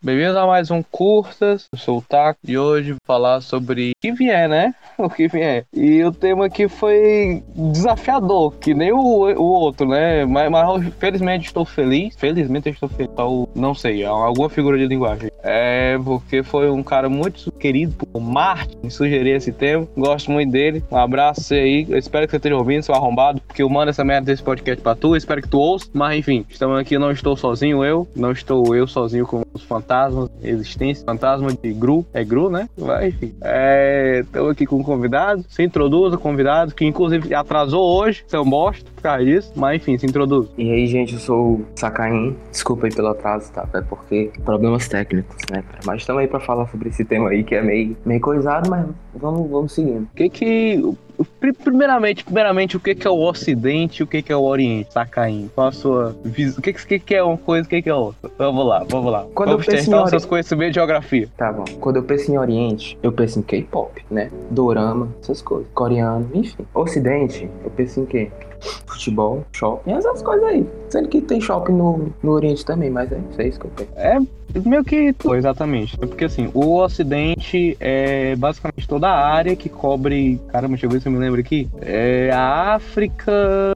Bem-vindos a mais um Curtas, eu sou o Taco e hoje vou falar sobre o que vier, né? O que vier. E o tema aqui foi desafiador, que nem o outro, né? Mas felizmente estou feliz. Felizmente eu estou feliz. Não sei, alguma figura de linguagem. Porque foi um cara muito querido por Martin sugerir esse tema. Gosto muito dele. Um abraço aí. Eu espero que você esteja ouvindo, seu arrombado, porque eu mando essa merda desse podcast pra tu. Eu espero que tu ouça. Mas enfim, estamos aqui, não estou sozinho, não estou eu sozinho com os fantasmas, existência, fantasma de Gru. É Gru, né? Enfim. Estou aqui com um convidado. Se introduza, convidado, que inclusive atrasou hoje. Seu bosta, por causa disso. Mas enfim, se introduza. E aí, gente, eu sou o Sacaim. Desculpa aí pelo atraso, tá? É porque problemas técnicos, né, cara? Mas estamos aí pra falar sobre esse tema aí que é meio coisado, mas vamos seguindo. Primeiramente, o que é o Ocidente e o que é o Oriente, Sacaim? Qual a sua visão? O que é uma coisa, o que é outra? Vamos lá. Vamos testar os seus conhecimentos de geografia. Tá bom. Quando eu penso em Oriente, eu penso em K-pop, né? Dorama, essas coisas. Coreano, enfim. Ocidente, eu penso em quê? Futebol, shopping, essas coisas aí. Sendo que tem shopping no Oriente também, mas é isso que eu penso. Meio que... Exatamente. Porque assim, o Ocidente é basicamente toda a área que cobre... Caramba, deixa eu ver se eu me lembro aqui. A África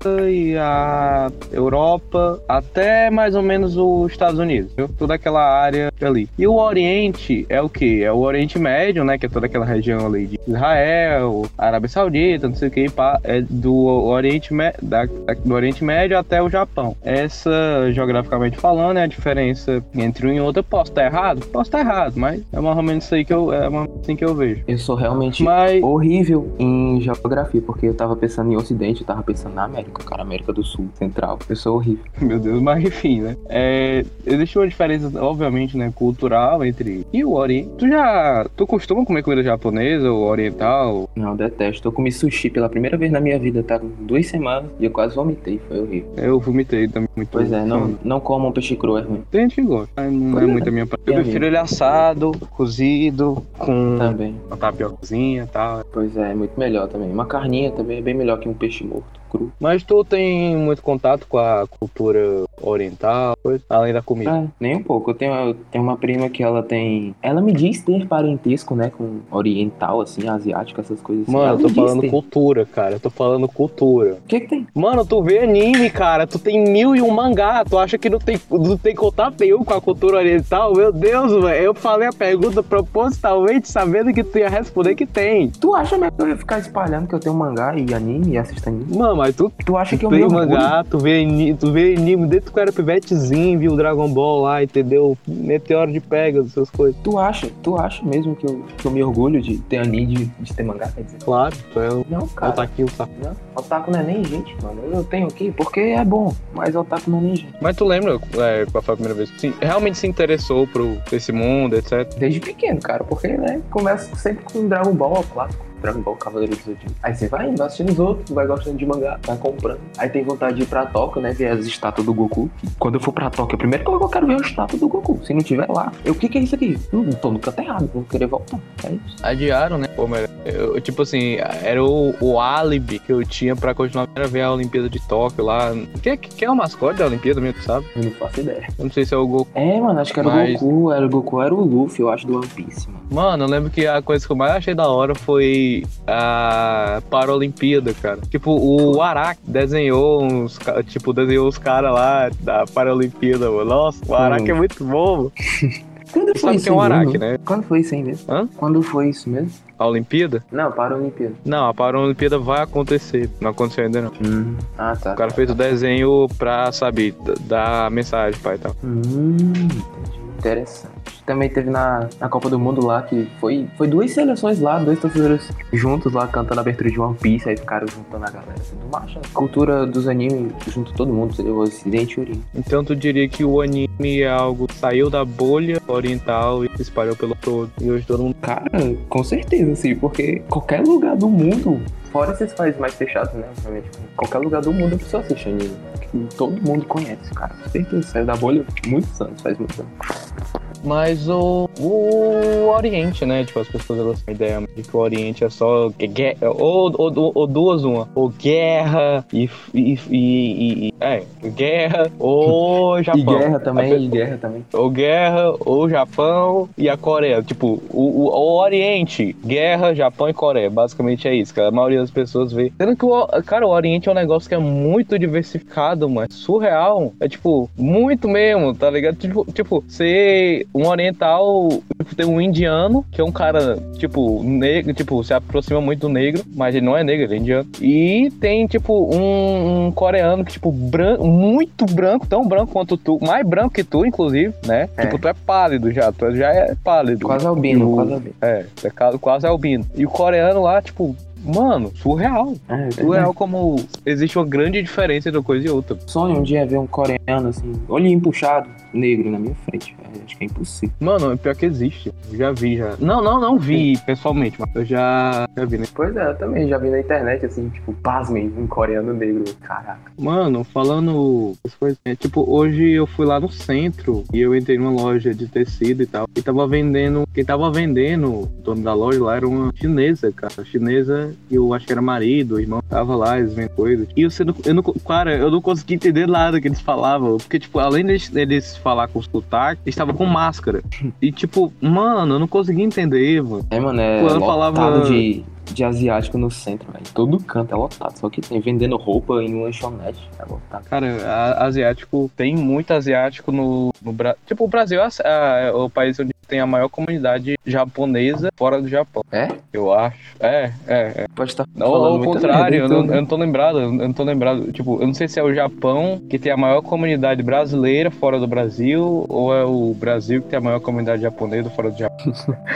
e a Europa, até mais ou menos os Estados Unidos, viu? Toda aquela área ali. E o Oriente é o quê? É o Oriente Médio, né? Que é toda aquela região ali de Israel, Arábia Saudita, não sei o que, é do Oriente do Oriente Médio até o Japão. Essa, geograficamente falando, é a diferença entre um e outro. Posso estar errado, mas é mais ou menos isso aí assim que eu vejo. Eu sou realmente horrível em geografia, porque eu tava pensando em Ocidente, eu tava pensando na América, cara, América do Sul, Central. Eu sou horrível. Meu Deus, mas enfim, né? Existe uma diferença, obviamente, né, cultural entre e o Oriente. Tu costuma comer comida japonesa ou oriental? Não, detesto. Eu comi sushi pela primeira vez na minha vida, tá? 2 semanas e eu quase vomitei, foi horrível. Eu vomitei também muito. Pois é, não comam peixe cru, é ruim. Tem gente que gosta, não é muito a minha parte. Eu prefiro ele assado, cozido, com também uma tapiocazinha e tal. Pois é muito melhor também. Uma carninha também é bem melhor que um peixe morto, cru. Mas tu tem muito contato com a cultura oriental, além da comida? Nem um pouco. Eu tenho uma prima que ela me diz ter parentesco, né, com oriental, assim, asiático, essas coisas assim. Mano, eu tô falando cultura, cara. Eu tô falando cultura. O que tem? Mano, tu vê anime, cara. Tu tem 1001 mangá. Tu acha que não tem contato nenhum com a cultura oriental? Meu Deus, velho. Eu falei a pergunta propositalmente sabendo que tu ia responder que tem. Tu acha mesmo que eu ia ficar espalhando que eu tenho mangá e anime e assisto anime? Mano, mas tu acha que eu me orgulho? Mangá, tu vê anime desde que tu era pivetezinho, viu o Dragon Ball lá, entendeu? Meteoro de Pegasus, essas coisas. Tu acha mesmo que eu me orgulho de ter anime, de ter mangá, quer dizer? Claro, tu é não, cara. Otaku, tá? Não, otaku não é nem gente, mano. Eu tenho aqui porque é bom, mas otaku não é nem gente. Mas tu lembra qual foi a primeira vez que realmente se interessou por esse mundo, etc? Desde pequeno, cara, porque, né, começa sempre com Dragon Ball, clássico. Dragon Ball, Cavaleiro do Zodíaco. Aí você vai indo, assistindo os outros, vai gostando de mangá, vai comprando. Aí tem vontade de ir pra Tóquio, né, ver as estátuas do Goku. Quando eu for pra Tóquio, a primeira coisa que eu quero ver é a estátua do Goku. Se não tiver lá, o que é isso aqui? Tô no canto errado, vou querer voltar. É isso. Adiaram, né? Pô, mas tipo assim, era o álibi que eu tinha pra continuar a ver a Olimpíada de Tóquio lá. Que é o mascote da Olimpíada mesmo, sabe? Eu não faço ideia. Eu não sei se é o Goku. Mano, acho que era o Goku. Era o Goku, era o Luffy, eu acho, do One Piece, mano. Mano, eu lembro que a coisa que eu mais achei da hora foi a Paralimpíada, cara. Tipo, o Araki desenhou os caras lá da Paralimpíada, mano. Nossa, o Araki é muito bom, mano. Quando foi isso? Tem um Araki, né? Quando foi isso aí mesmo? Hã? Quando foi isso mesmo? A Olimpíada? Não, Paralimpíada. Não, a Paralimpíada vai acontecer. Não aconteceu ainda, não. Tá. O cara fez o desenho pra, sabe, dar mensagem, pai e tal. Entendi. Interessante. Também teve na Copa do Mundo lá, que foi 2 seleções lá, 2 torcedores juntos lá, cantando a abertura de One Piece, aí ficaram juntando a galera. Tudo macho. Cultura dos animes, junto todo mundo, seria o Ocidente e o Oriente. Então tu diria que o anime é algo que saiu da bolha oriental e se espalhou pelo todo, e hoje todo mundo... Cara, com certeza, sim, porque qualquer lugar do mundo, fora esses países mais fechados, né, obviamente, qualquer lugar do mundo a pessoa assiste anime. Todo mundo conhece, cara. Com certeza, saiu da bolha muitos anos, faz muitos anos. Mas o Oriente, né? Tipo, as pessoas elas têm a ideia de que o Oriente é só guerra, ou duas, uma. Ou guerra guerra ou Japão. E guerra também. Ou guerra, ou Japão e a Coreia. Tipo, o Oriente, guerra, Japão e Coreia. Basicamente é isso, cara. A maioria das pessoas vê. Sendo que o Oriente é um negócio que é muito diversificado, mano. Surreal. É tipo, muito mesmo, tá ligado? Tipo, ser um oriental, tipo, tem um indiano, que é um cara, tipo, negro, tipo, se aproxima muito do negro, mas ele não é negro, ele é indiano. E tem, tipo, um coreano que, tipo, muito branco, tão branco quanto tu, mais branco que tu, inclusive, né? É. Tipo, tu é pálido já, tu já é pálido. Quase albino, Quase albino. E o coreano lá, tipo, mano, surreal. Surreal como existe uma grande diferença entre uma coisa e outra. Sonho um dia ver um coreano assim, olhinho puxado, negro na minha frente. Acho que é impossível. Mano, pior que existe. Eu já vi, já. Não vi pessoalmente, mas eu já vi, né? Pois é, eu também já vi na internet, assim, tipo, pasmem, um coreano negro. Caraca. Mano, falando as coisas, tipo, hoje eu fui lá no centro e eu entrei numa loja de tecido e tal. E tava vendendo, quem tava vendendo, o dono da loja lá era uma chinesa, cara. Chinesa, e eu acho que era marido, o irmão. Tava lá, eles vendendo coisas. E eu não consegui entender nada que eles falavam. Porque, tipo, além deles falar com sotaque, eles estavam com máscara. E, tipo, mano, eu não consegui entender, mano. Mano, é Quando lotado falava de asiático no centro, velho. Todo canto é lotado. Só que tem vendendo roupa em lanchonete. É lotado. Cara, asiático, tem muito asiático no Brasil. Tipo, o Brasil é o país onde tem a maior comunidade japonesa fora do Japão. É? Eu acho. É. Pode estar Não, falando ao muita contrário, merda, eu então, não tô lembrado. Tipo, eu não sei se é o Japão que tem a maior comunidade brasileira fora do Brasil, ou é o Brasil que tem a maior comunidade japonesa fora do Japão.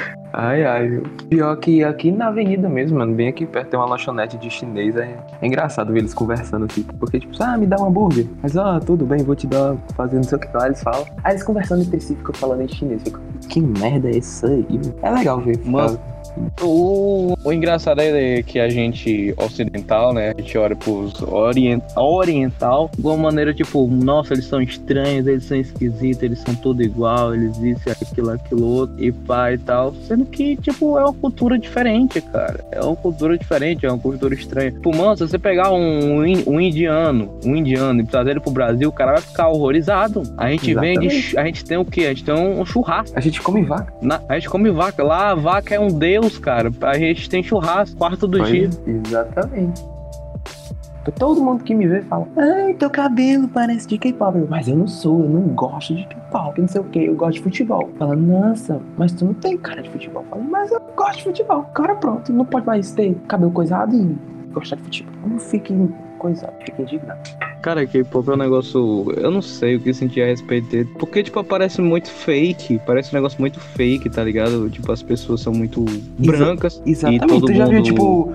Ai, viu? Pior que aqui na avenida mesmo, mano, bem aqui perto tem uma lanchonete de chinês, é engraçado ver eles conversando assim, porque tipo, me dá um hambúrguer, mas tudo bem, vou te dar, fazendo não sei o que lá, eles falam, aí eles conversando entre si, ficam falando em chinês, fico, que merda é isso aí? É legal ver. Mano, o engraçado é que a gente ocidental, né, a gente olha pros oriental de uma maneira tipo, nossa, eles são estranhos, eles são esquisitos, eles são tudo igual, eles isso, aquilo outro, e pá e tal, sendo que, tipo, é uma cultura diferente, cara, é uma cultura estranha. Tipo, mano, se você pegar um indiano e trazer ele pro Brasil, o cara vai ficar horrorizado. A gente a gente tem o quê? A gente tem um churrasco. A gente come vaca. A gente come vaca. Lá a vaca é um deus, cara. A gente tem churrasco, quarto do dia. Exatamente. Todo mundo que me vê fala, ai, teu cabelo parece de K-pop. Mas eu não gosto de K-pop, não sei o que, eu gosto de futebol. Fala, nossa, mas tu não tem cara de futebol. Fala, mas eu gosto de futebol. Cara, pronto, não pode mais ter cabelo coisado e gostar de futebol. Não fique coisado, fique indignado. Cara, K-pop é um negócio... Eu não sei o que sentir a respeito dele. Porque, tipo, parece muito fake. Parece um negócio muito fake, tá ligado? Tipo, as pessoas são muito brancas. Exatamente. E todo tu já mundo viu, tipo,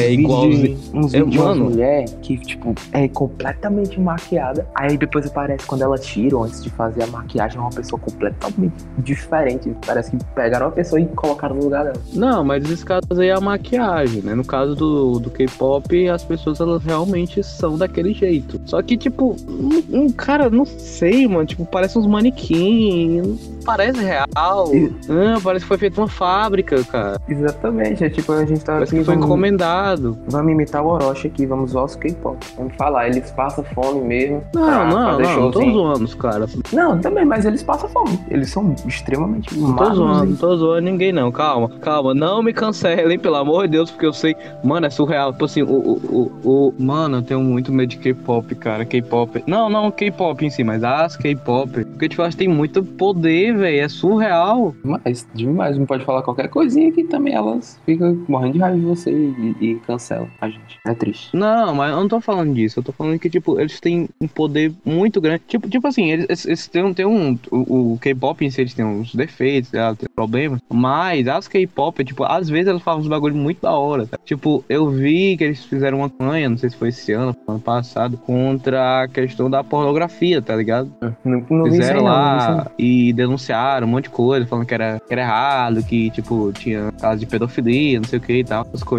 uns vídeos de uma mano, mulher que, tipo, é completamente maquiada. Aí depois aparece quando ela tira, antes de fazer a maquiagem, é uma pessoa completamente diferente. Parece que pegaram uma pessoa e colocaram no lugar dela. Não, mas nesse caso aí é a maquiagem, né? No caso do K-pop, as pessoas, elas realmente são daquele jeito. Só que, tipo, cara, não sei, mano. Tipo, parece uns manequins. Parece real. Parece que foi feito uma fábrica, cara. Exatamente. É tipo, a gente tá parece aqui, que foi encomendado. Vamos imitar o Orochi aqui, vamos zoar os K-pop. Vamos falar, eles passam fome mesmo. Não tô zoando os caras. Não, também, mas eles passam fome. Eles são extremamente magros. Não tô zoando ninguém, não. Calma. Não me cancelem, pelo amor de Deus, porque eu sei. Mano, é surreal. Tipo assim, mano, eu tenho muito medo de K-pop, cara. K-pop. Não K-pop em si, mas as K-pop. Porque, tipo, elas têm muito poder, velho. É surreal. Mas demais, não pode falar qualquer coisinha que também elas ficam morrendo de raiva de você e cancelam a gente. É triste. Não, mas eu não tô falando disso. Eu tô falando que, tipo, eles têm um poder muito grande. Tipo assim, eles têm o K-pop em si, eles têm uns defeitos, tem problemas. Mas as K-pop, tipo, às vezes elas falam uns bagulho muito da hora, tá? Tipo, eu vi que eles fizeram uma campanha, não sei se foi esse ano, ano passado, contra a questão da pornografia, tá ligado? Não fizeram lá e denunciaram um monte de coisa, falando que era errado, que, tipo, tinha caso de pedofilia, não sei o que e tal, essas coisas.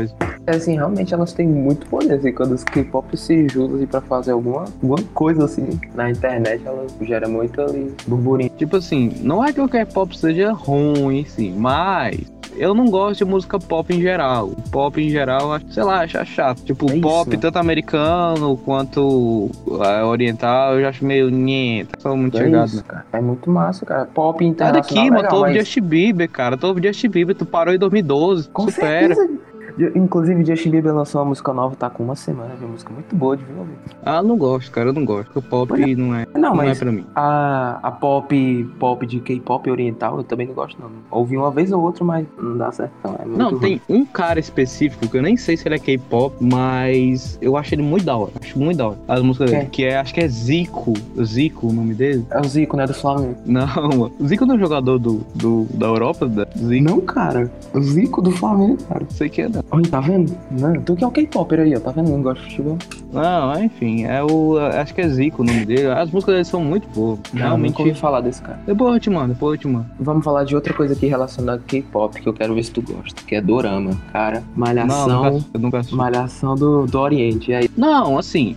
assim, realmente elas têm muito poder, assim, quando os K-pop se juntam assim, pra fazer alguma coisa assim na internet, elas geram muito ali burburinho. Tipo assim, não é que o K-pop seja ruim, sim, mas eu não gosto de música pop em geral. Pop em geral, sei lá, acho chato. Tipo, É pop, isso. tanto americano quanto oriental, eu já acho meio nhenta. Sou muito É chegado, isso, né? cara. É muito massa, cara. Pop Sai internacional daqui, é mano, tu legal, ouve mas Justin Bieber, cara. Tu ouve Justin Bieber, tu parou em 2012. com Supera. certeza. Inclusive, Justin Bieber lançou uma música nova, tá com uma semana, viu? Uma música muito boa de ouvir. Ah, não gosto, cara, eu não gosto. Porque o Pois pop não é, Não, não é mas pra mim. a pop de K-pop oriental eu também não gosto, não. Ouvi uma vez ou outra, mas não dá certo, não. É muito Não, ruim. tem um cara específico que eu nem sei se ele é K-pop, mas eu acho ele muito da hora. Acho muito da hora. A música dele, Quem? que é, acho que é Zico. Zico, o nome dele? É o Zico, né, do Flamengo. Não, mano. O Zico não é um jogador da Europa, da Zico. Não, cara. O Zico do Flamengo, cara. Não sei que é, não. Olha, tá vendo? Não, tu que é o K-Popper aí, ó. Tá vendo? Não gosta de futebol. Não, enfim, acho que é Zico o nome dele. As músicas dele são muito boas. Realmente. Nunca ouvi Realmente. falar desse cara. Depois eu te mando. Vamos falar de outra coisa aqui relacionada a K-pop, que eu quero ver se tu gosta, que é Dorama. Cara, Não, malhação. eu nunca assisti. Malhação do Oriente. E aí? Não, assim,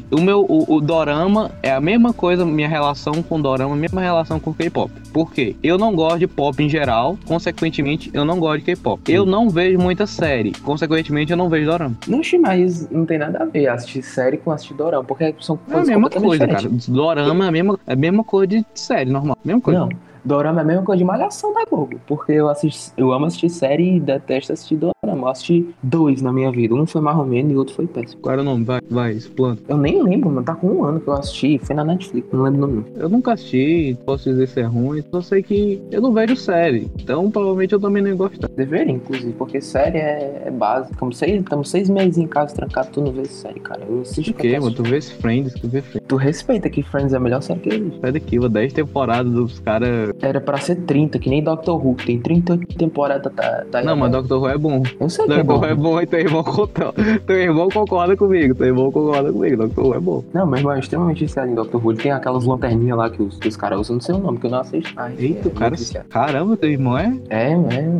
o Dorama é a mesma coisa, minha relação com Dorama, a mesma relação com K-pop. Por quê? Eu não gosto de pop em geral, consequentemente, eu não gosto de K-pop. Eu não vejo muita série, consequentemente, eu não vejo Dorama. Não, mas não tem nada a ver assistir série com assistir Dorama, porque são É a coisas mesma completamente coisa, cara. diferentes. Dorama é a mesma coisa de série normal. Mesma coisa. Não, Dorama é a mesma coisa de Malhação da Globo, porque eu amo assistir série e detesto assistir Dorama. Eu assisti 2 na minha vida, um foi mais ou menos e o outro foi péssimo. Qual era o nome? Vai, explana. Eu nem lembro, mano, tá com 1 ano que eu assisti, foi na Netflix, não lembro o nome. Eu nunca assisti, posso dizer se é ruim, só sei que eu não vejo série. Então, provavelmente eu também não ia gostar. Deveria, inclusive, porque série é básica. Estamos 6 meses em casa trancados, tu não vê série, cara. Eu assisto O quê, mano? Tu vê Friends, tu vê Friends. Tu respeita que Friends é a melhor série que existe. Sai daqui, 10 temporadas dos caras. Era pra ser 30, que nem Doctor Who, que tem 38 temporadas, tá aí. Não, mas Doctor Who é bom. Eu sei que é Doctor bom. Who é bom e teu irmão concorda comigo. Doctor Who é bom. Não, meu irmão é extremamente viciado em Doctor Who. Ele tem aquelas lanterninhas lá que os caras usam, não sei o nome, que eu não assisto. Ai, Eita, muito cara. viciado. Caramba, teu irmão é. É.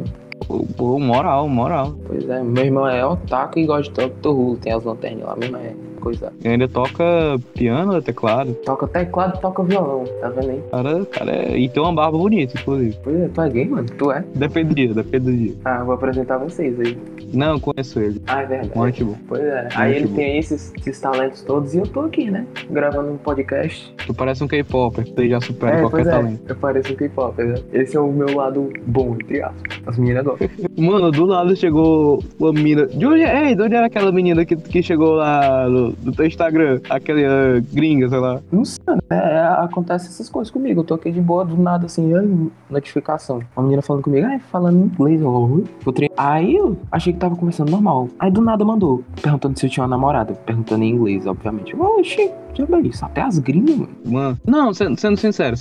Pô, moral. Pois é, meu irmão é otaku e gosta de Doctor Who. Tem as lanterninhas lá mesmo, é coisa. E ainda toca piano, teclado. Toca teclado, toca violão, tá vendo aí? E tem uma barba bonita, inclusive. Pois é, tu é gay, mano? Tu é? Depende do dia. Ah, vou apresentar vocês aí. Não, eu conheço ele. Ah, é verdade. Muito bom. Pois é. Aí Muito ele bom. tem aí esses talentos todos e eu tô aqui, né? Gravando um podcast. Tu parece um K-Popper, tu já supera qualquer pois é. talento. Eu pareço um K-pop, né? Esse é o meu lado bom, entre aspas. As meninas gostam. Mano, do nada chegou uma menina. De onde era aquela menina que chegou lá no teu Instagram? Aquela gringa, sei lá. Não sei, né? Acontece essas coisas comigo. Eu tô aqui de boa, do nada, assim, notificação. Uma menina falando comigo, falando em inglês. Aí eu achei que tava conversando normal. Aí do nada mandou, perguntando se eu tinha uma namorada. Perguntando em inglês, obviamente. Oxi, já bem isso. Até as gringas, mano. Mano, não, sendo sincero.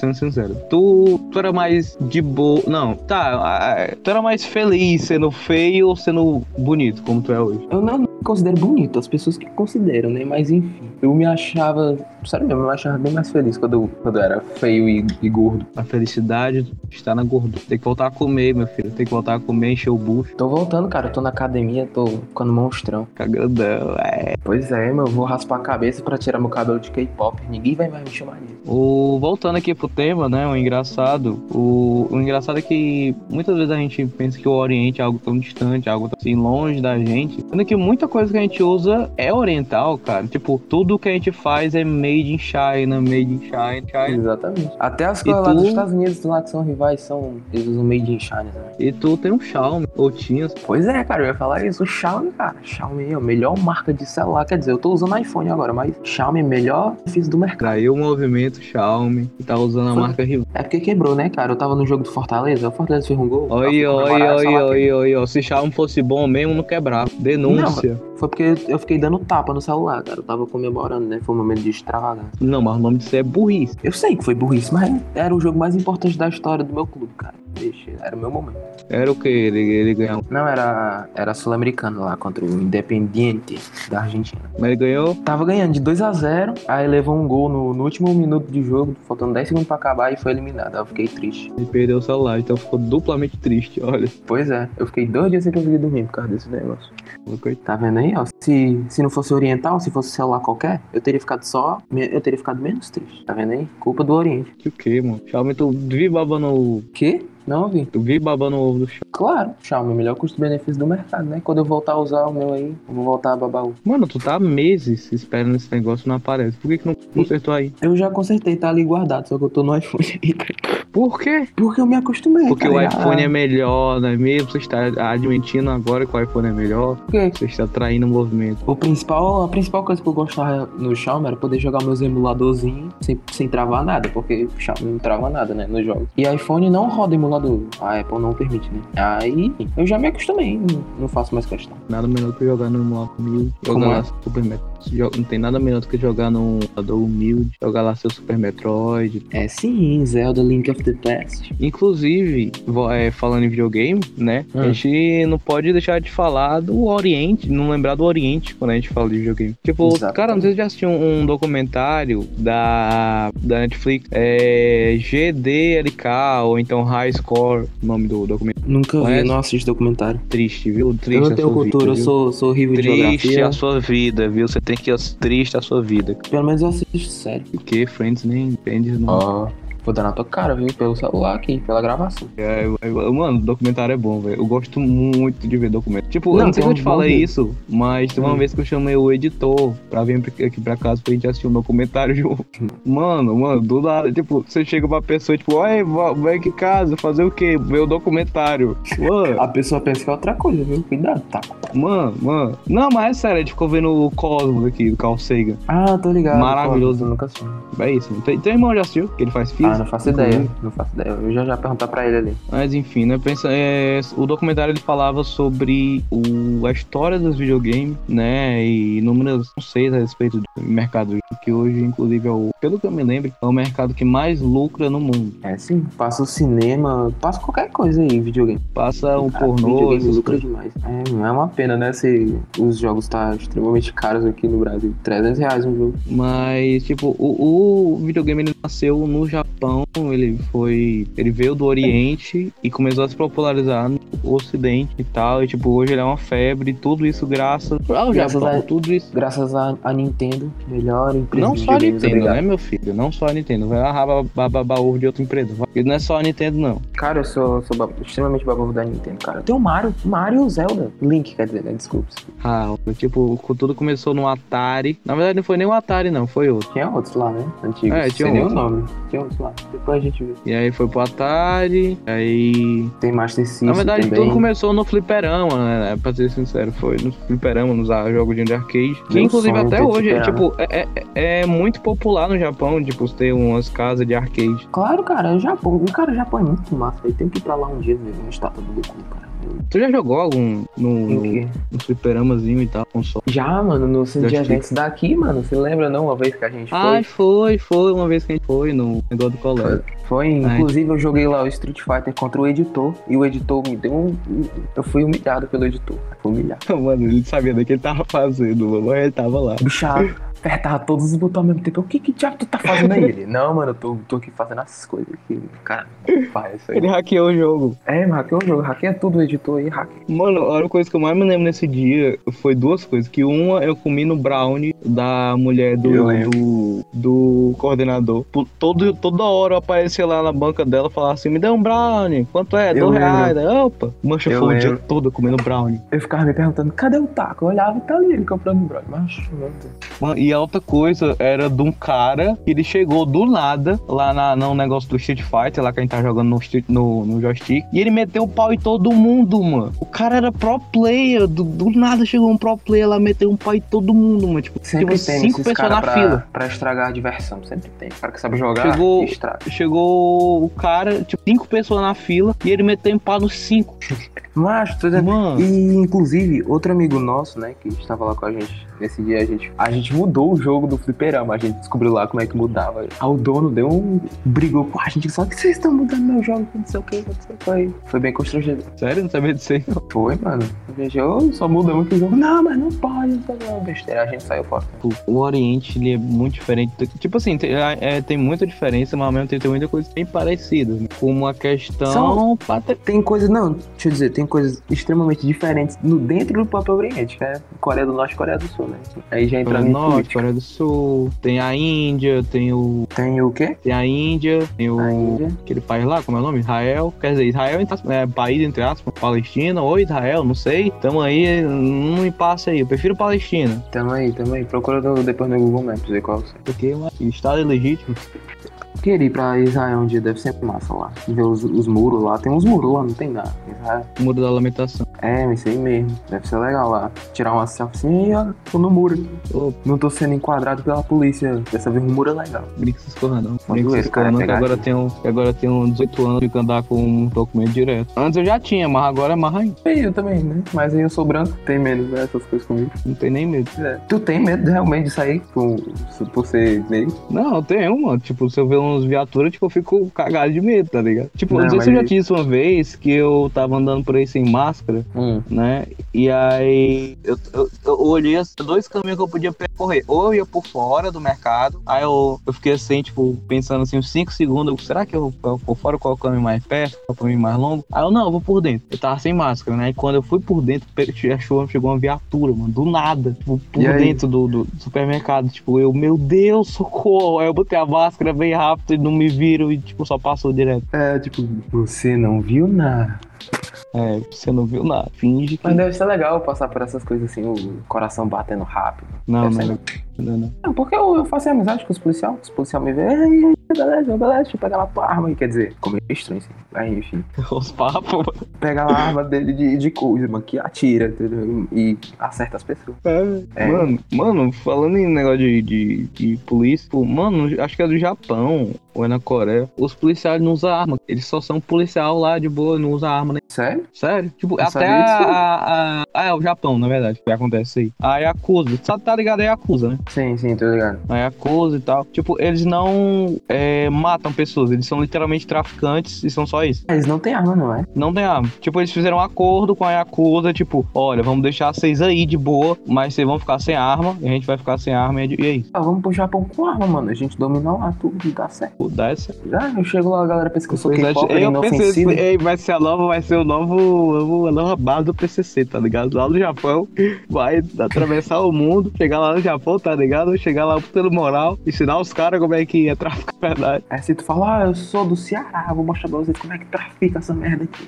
Tu era mais de boa. Não, tá. Tu era mais feliz sendo feio ou sendo bonito, como tu é hoje? Eu não me considero bonito, as pessoas que consideram, né? Mas enfim, eu me achava, sério mesmo, eu me achava bem mais feliz quando eu era feio e gordo. A felicidade está na gordura. Tem que voltar a comer, meu filho. Tem que voltar a comer, encher o bucho. Tô voltando, cara, eu tô na academia, tô ficando monstrão. Ficar grandão, Pois é, meu, eu vou raspar a cabeça pra tirar meu cabelo de K-pop, ninguém vai mais me chamar disso. Voltando aqui pro tema, né, o engraçado é que muitas vezes a gente pensa que o Oriente é algo tão distante, algo tão assim, longe da gente, sendo que muita coisa que a gente usa é oriental, cara, tipo, tudo que a gente faz é made in China. Exatamente. Até as coisas lá dos Estados Unidos, lá que são rivais, eles usam made in China também. E tu tem um Xiaomi, ou tinha. Pois é, cara, eu ia falar isso, o Xiaomi, cara, Xiaomi é a melhor marca de celular, quer dizer, eu tô usando iPhone agora, mas Xiaomi é a melhor fiz do mercado. Traiu o movimento Xiaomi e tá usando a marca rival. É porque quebrou, né, cara? Eu tava no jogo do Fortaleza, o Fortaleza fez um gol. Oi. Se Xiaomi fosse bom mesmo, não quebrava. Denúncia. Não, Foi porque eu fiquei dando tapa no celular, cara. Eu tava comemorando, né? Foi um momento de extravagância. Não, mas o nome disso é burrice. Eu sei que foi burrice, mas era o jogo mais importante da história do meu clube, cara. Deixa, era o meu momento. Era o que? Ele ganhou. Não, era sul-americano lá contra o Independiente da Argentina. Mas ele ganhou. Tava ganhando de 2-0, aí levou um gol no último minuto de jogo, faltando 10 segundos pra acabar e foi eliminado. Aí eu fiquei triste. Ele perdeu o celular, então ficou duplamente triste, olha. Pois é, eu fiquei 2 dias sem conseguir dormir por causa desse negócio. Coitado. Tá vendo aí, ó? Se não fosse oriental, se fosse celular qualquer, eu teria ficado menos triste. Tá vendo aí? Culpa do Oriente. Que o que, mano? Xiaomi, tu vive babando o... Que? Não ouvi. Tu vive babando o ovo do Xiaomi. Claro, Xiaomi, melhor custo-benefício do mercado, né? Quando eu voltar a usar o meu aí, eu vou voltar a babar o... Mano, tu tá há meses esperando esse negócio e não aparece. Por que não consertou aí? Eu já consertei, tá ali guardado, só que eu tô no iPhone aí. Por quê? Porque eu me acostumei, Porque cara. o iPhone é melhor, não é mesmo? Você está admitindo agora que o iPhone é melhor. Por quê? Você está traindo o movimento. A principal coisa que eu gostava no Xiaomi era poder jogar meus emuladorzinhos sem travar nada, porque o Xiaomi não trava nada, né, nos jogos. E iPhone não roda emulador, a Apple não permite, né? Aí eu já me acostumei, não faço mais questão. Nada melhor do que jogar no emulador humilde. Como Jogar é? lá Super Metroid. Não tem nada melhor do que jogar no emulador humilde. Jogar lá seu Super Metroid. É sim, Zelda Link of the Past. Inclusive, falando em videogame, né? A gente não pode deixar de falar do Oriente, não lembrar do Oriente quando a gente fala de videogame. Tipo, Exato. cara, não sei se já assistiu um documentário da Netflix, GDLK, ou então High Score, o nome do documentário. Nunca vi, Conhece? não assisto documentário. Triste, viu? Triste Eu não a tenho sua cultura, vida, eu sou horrível de Triste geografia. a sua vida, viu? Você tem que ir triste a sua vida. Pelo menos eu assisto sério. Porque Friends nem entende, não. Ó, vou dar na tua cara, viu? Pelo celular aqui, pela gravação. Mano, documentário é bom, velho. Eu gosto muito de ver documentário. Tipo, Não, eu não sei se eu tem te um falei bom isso, mas tem uma vez que eu chamei o editor pra vir aqui pra casa pra gente assistir um documentário junto. Mano, do nada, tipo, você chega pra pessoa, tipo, oi, vem aqui em casa, fazer o quê? Ver o documentário. Mano, A pessoa pensa que é outra coisa, viu? Cuidado, tá? mano. Não, mas é sério, a gente ficou vendo o Cosmos aqui, do Carl Sagan. Ah, tô ligado. Maravilhoso. Eu nunca assisti. É isso. Tem irmão já assistiu? Que ele faz física? Ah, não faço ideia. Não faço ideia. Eu já perguntar pra ele ali. Mas enfim, né? O documentário ele falava sobre a história dos videogames, né? E inúmeros conceitos a respeito do mercado, que hoje, inclusive, pelo que eu me lembro, é o mercado que mais lucra no mundo. É sim, passa o cinema, passa qualquer coisa aí, videogame. Passa o Cara, pornô. videogame essas lucra coisas. demais. É uma pena, né? Se os jogos tá extremamente caros aqui no Brasil. R$300 um jogo. Mas, tipo, o videogame ele nasceu no Japão, ele veio do Oriente e começou a se popularizar no Ocidente e tal. E, tipo, hoje ele é uma febre, tudo isso graças ao Japão, tudo isso. Graças a Nintendo, melhor empresa Não de só a videogames, Nintendo, obrigado. né, meu filho? Não só a Nintendo. Vai lá babar ovo de outra empresa. E não é só a Nintendo, não. Cara, eu sou extremamente baboso da Nintendo, cara. Tem o Mario e o Zelda. Link, quer dizer, né? Desculpa. Tipo, tudo começou no Atari. Na verdade, não foi nem o Atari, não. Foi outro. Tinha outros lá, né? Antigos. É, tinha Sem nem o outros. nome. Tinha outros lá. Depois a gente vê. E aí foi pro Atari. Aí... Tem Master System Na verdade, também. tudo começou no fliperama, né? Pra ser sincero. Foi no fliperama, nos jogos de arcade. Que, Meu inclusive, sonho até ter hoje, fliperama. tipo, é muito popular no Japão, tipo, ter umas casas de arcade. Claro, cara, o Japão é muito massa. Eu tenho que ir pra lá um dia ver uma estátua do Goku, cara. Tu já jogou algum O quê? no fliperamazinho e tal, console? Já, mano, no centro de Joystick. eventos daqui, mano. Você lembra, não? Uma vez que a gente Ai, foi? foi uma vez que a gente foi no negócio do colégio. Inclusive, eu joguei lá o Street Fighter contra o editor. E o editor me deu Eu fui humilhado pelo editor. Fui humilhado. Mano, ele sabia do que ele tava fazendo, mano. Ele tava lá. O bicho apertava todos os botões ao mesmo tempo. O que diabo tu tá fazendo aí? Ele, não, mano, eu tô aqui fazendo as coisas aqui. Cara, faz isso aí. Ele hackeou o jogo. É, mas hackeou o jogo. Hackeia tudo o editor aí, hackeia. Mano, a única coisa que eu mais me lembro nesse dia foi duas coisas. Que uma, eu comi no brownie da mulher do coordenador. Toda hora eu aparecia lá na banca dela e falava assim, me dê um brownie. Quanto é? Eu R$2. Aí, opa, mancha Eu foi o dia lembro. todo comendo brownie. Eu ficava me perguntando, cadê o taco? Eu olhava e tá ali, ele comprando um brother. Mas, meu Deus. Mano, e a outra coisa era de um cara que ele chegou do nada lá no negócio do Street Fighter, lá que a gente tá jogando no joystick, e ele meteu o pau em todo mundo, mano. O cara era pro player, do nada chegou um pro player lá, meteu um pau em todo mundo, mano. Tipo, Sempre tinha tem 5 esses pessoas caras na fila. pra estragar a diversão. Sempre tem. O cara que sabe jogar, estraga. Chegou o cara, tipo, 5 pessoas na fila, e ele meteu em pau nos 5. Macho, tô dizendo. Mano. E, inclusive, outro amigo nosso, né, que estava lá com a gente nesse dia, a gente mudou o jogo do fliperama. A gente descobriu lá como é que mudava. Aí o dono deu brigou com a gente. Só que vocês estão mudando meu jogo, não sei o que. Foi bem constrangedor. Sério? Não sabia disso aí, não. Foi, mano. A gente, só mudamos aqui o jogo. Não, mas não pode. Não, besteira. A gente saiu fora. O Oriente, ele é muito diferente. Tipo assim, tem muita diferença, mas ao mesmo tempo tem muita coisa bem parecida. Como a questão... Tem coisas, não, deixa eu dizer, tem coisas extremamente diferentes dentro do próprio Oriente, que é Coreia do Norte e Coreia do Sul, né? Aí já entrando em Norte, política. Coreia do Sul, tem a Índia, tem o... Tem o quê? Tem a Índia, tem o... A Índia. Aquele país lá, como é o nome? Israel. Quer dizer, Israel é país, entre aspas, Palestina ou Israel, não sei. Tamo aí, não me passa aí. Eu prefiro Palestina. Tamo aí. Procura depois no Google Maps, ver qual é. Porque é um estado ilegítimo. Queria ir pra Israel um dia, deve ser massa lá. Ver os muros lá. Tem uns muros lá, não tem nada. Israel. Muro da Lamentação. É, mas isso aí mesmo. Deve ser legal lá. Tirar uma selfie assim e ó, tô no muro aqui. Não tô sendo enquadrado pela polícia. Dessa vez o muro é legal. Brinca essas coisas não. Uma Brinca zoeira, essas coisas não, que cara, agora tenho 18 anos e fico andar com um documento direto. Antes eu já tinha, mas agora é mais ainda. Eu também, né? Mas aí eu sou branco, tem menos, né? Essas coisas comigo. Não tem nem medo. É. Tu tem medo realmente de sair por ser negro? Não, eu tenho, mano. Tipo, se eu ver uns viaturas, tipo, eu fico cagado de medo, tá ligado? Tipo, Não, não sei mas se eu já tinha isso uma vez, que eu tava andando por aí sem máscara, né? E aí eu olhei assim, dois caminhos que eu podia percorrer. Ou eu ia por fora do mercado, aí eu fiquei assim, tipo, pensando assim, uns 5 segundos, será que eu por fora, qual é o caminho mais perto, qual é o caminho mais longo? Aí eu, não, eu vou por dentro. Eu tava sem máscara, né? E quando eu fui por dentro, chegou uma viatura, mano, do nada, tipo, por dentro do supermercado. Tipo, meu Deus, socorro. Aí eu botei a máscara bem rápido e não me viram e, tipo, só passou direto. É, tipo, você não viu nada. É, você não viu nada. Finge que... Mas deve ser legal passar por essas coisas assim, o coração batendo rápido. Não. Não, porque eu faço amizade com os policiais. Os policiais me veem, ei, beleza, deixa eu pegar lá a arma aí. Quer dizer, como é estranho assim. Aí, enfim. Os papos. Pega lá a arma dele de coisa, mano, que atira, entendeu? E acerta as pessoas. É. Mano, falando em negócio de polícia, pô, mano, acho que é do Japão ou é na Coreia. Os policiais não usam arma. Eles só são policial lá de boa, não usam arma, né? Sério? Sério? Tipo, Eu até o Japão, na verdade, que acontece aí. A Yakuza, tá ligado? É a Yakuza, né? Sim, tô ligado. A Yakuza e tal. Tipo, eles não matam pessoas, eles são literalmente traficantes e são só isso. Eles não têm arma, não é? Não tem arma. Tipo, eles fizeram um acordo com a Yakuza, tipo, olha, vamos deixar vocês aí de boa, mas vocês vão ficar sem arma, e a gente vai ficar sem arma, e é isso. Vamos pro Japão com arma, mano. A gente domina lá tudo e dá certo. Pô, dá essa. Já, eu chego lá, a galera pensa que eu sou K-pop, Eu inofensivo. pensei, vai ser a nova base do PCC, tá ligado? Lá no Japão, vai atravessar o mundo, chegar lá no Japão, tá ligado? Chegar lá pelo moral, ensinar os caras como é que é tráfico, verdade. Aí se tu fala, eu sou do Ceará, vou mostrar pra vocês como é que trafica essa merda aqui.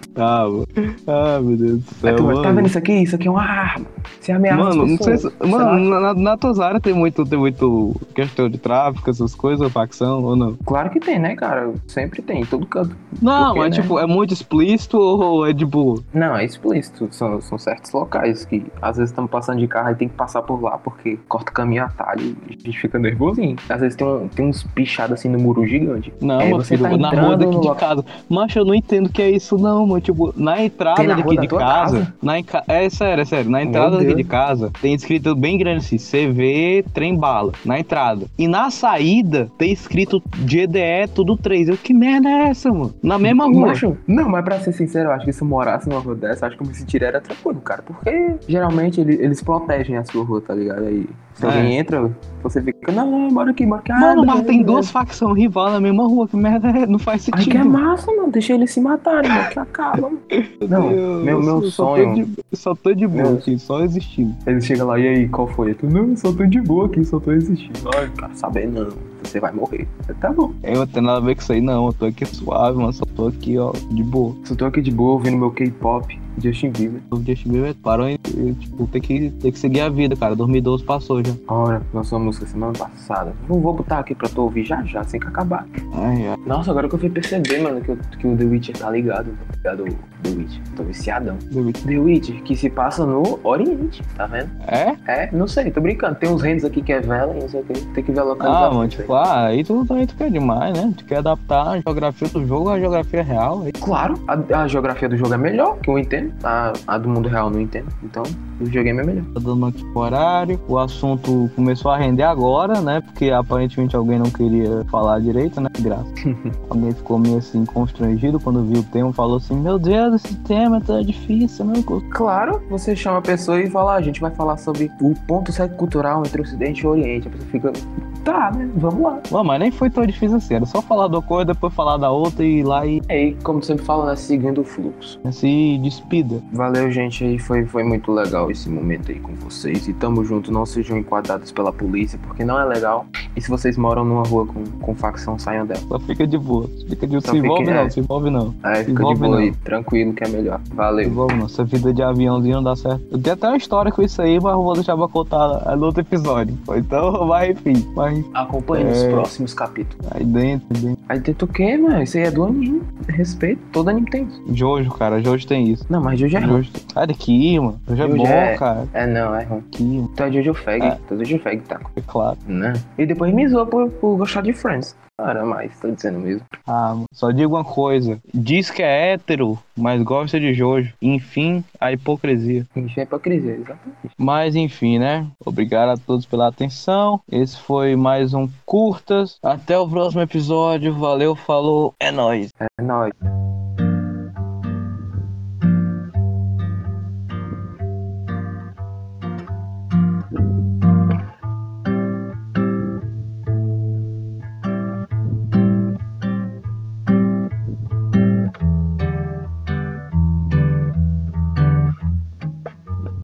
Meu Deus do céu, mano. Tá vendo isso aqui? Isso aqui é uma arma. Você ameaça mano, as pessoas. Não sei se, mano, na tua área tem muito questão de tráfico, essas coisas, facção ou não? Claro que tem, né, cara? Sempre tem, em todo canto. Não, porque, mas né? tipo, é muito explícito ou é de boa? Não, é explícito. São certos locais que às vezes estamos passando de carro e tem que passar por lá porque corta o caminho atalho e a gente fica nervosinho. Às vezes tem uns pichados assim no muro gigante. Não, aí meu você filho, tá na rua daqui de no... casa. Macho, eu não entendo o que é isso não, mano. Tipo, na entrada Tem na daqui rua da de tua casa. É sério. Na entrada daqui Deus. de casa tem escrito bem grande assim, CV Trem Bala. Na entrada. E na saída tem escrito GDE tudo 3. Que merda é essa, mano? Na mesma rua. Macho, não, mas pra ser sincero, eu acho que se eu morasse numa rua dessa, eu acho que eu me sentiria era tranquilo, cara. Porque geralmente eles protegem a sua rua, tá ligado? Aí se alguém entra, você fica, não, mora aqui. Mano, mas tem duas facções rival na mesma rua, que merda é? Não faz sentido. Aí que é massa, mano, deixa eles se matarem, mano, que acaba, mano. Não, meu sonho... Só tô de boa aqui, só existindo. Ele chega lá, e aí, qual foi? Tu, não, eu só tô de boa aqui, só tô existindo. Ai, cara, saber não, você vai morrer. Tá bom. Eu não tenho nada a ver com isso aí não, eu tô aqui suave, mano, só tô aqui, ó, de boa. Só tô aqui de boa, ouvindo meu K-pop, Justin Bieber. O Justin Bieber parou e, tipo, tem que seguir a vida, cara, 2012 passou já. Ora, lançou uma música semana passada. Vou botar aqui pra tu ouvir já, assim que acabar. Ai. Nossa, agora que eu fui perceber, mano, que o The Witcher tá ligado. Tá ligado? The Witcher. Tô viciadão. The Witcher, que se passa no Oriente, tá vendo? É? É, não sei, tô brincando. Tem uns reinos aqui que é vela e não sei o que. Tem que ver a localização. Mano, tipo, Aí tu quer demais, né? Tu quer adaptar a geografia do jogo à geografia real. Aí. Claro, a geografia do jogo é melhor, que eu entendo. A do mundo real eu não entendo. Então, o videogame é melhor. Tá dando aqui o horário. O assunto começou a render agora, né? Porque aparentemente alguém não queria falar direito, né? Graça. Alguém ficou meio assim constrangido quando viu o tema. Falou assim: Meu Deus, esse tema tá difícil, não. Claro, você chama a pessoa e fala: a gente vai falar sobre o ponto cego cultural entre o Ocidente e o Oriente. A pessoa fica: tá, né? Vamos lá. Não, mas nem foi tão difícil assim. Era só falar da coisa, depois falar da outra e ir lá e. E como sempre fala, né? Seguindo o fluxo. Se despida. Valeu, gente. Aí foi muito legal esse momento aí com vocês. E tamo junto. Não sejam enquadrados pela polícia, porque não é legal. E se vocês moram numa rua com facção, saiam dela. Só fica de boa. Se envolve não. Fica de boa aí. Tranquilo que é melhor. Valeu. Se envolve não. Essa vida de aviãozinho não dá certo. Eu tenho até uma história com isso aí, mas eu vou deixar pra contar no outro episódio. Então, enfim. Acompanhe nos próximos capítulos. Aí dentro. Aí dentro o quê, mano? Isso aí é do anime. Respeito. Todo anime tem isso. Jojo, cara. Jojo tem isso. Não, mas Jojo é ruim. Sai daqui, mano. Jojo é bom, cara. Não, é ruim. Aqui, Tu é Jojo Fag. Tu é Jojo Fag, tá? é claro. Né? E depois me zoa por gostar de Friends. Cara, mas tô dizendo mesmo. Mano, só digo uma coisa. Diz que é hétero, mas gosta de Jojo. Enfim, a hipocrisia. Isso é hipocrisia, exatamente. Mas enfim, né? Obrigado a todos pela atenção. Esse foi mais um Curtas. Até o próximo episódio. Valeu, falou. É nóis. É nóis.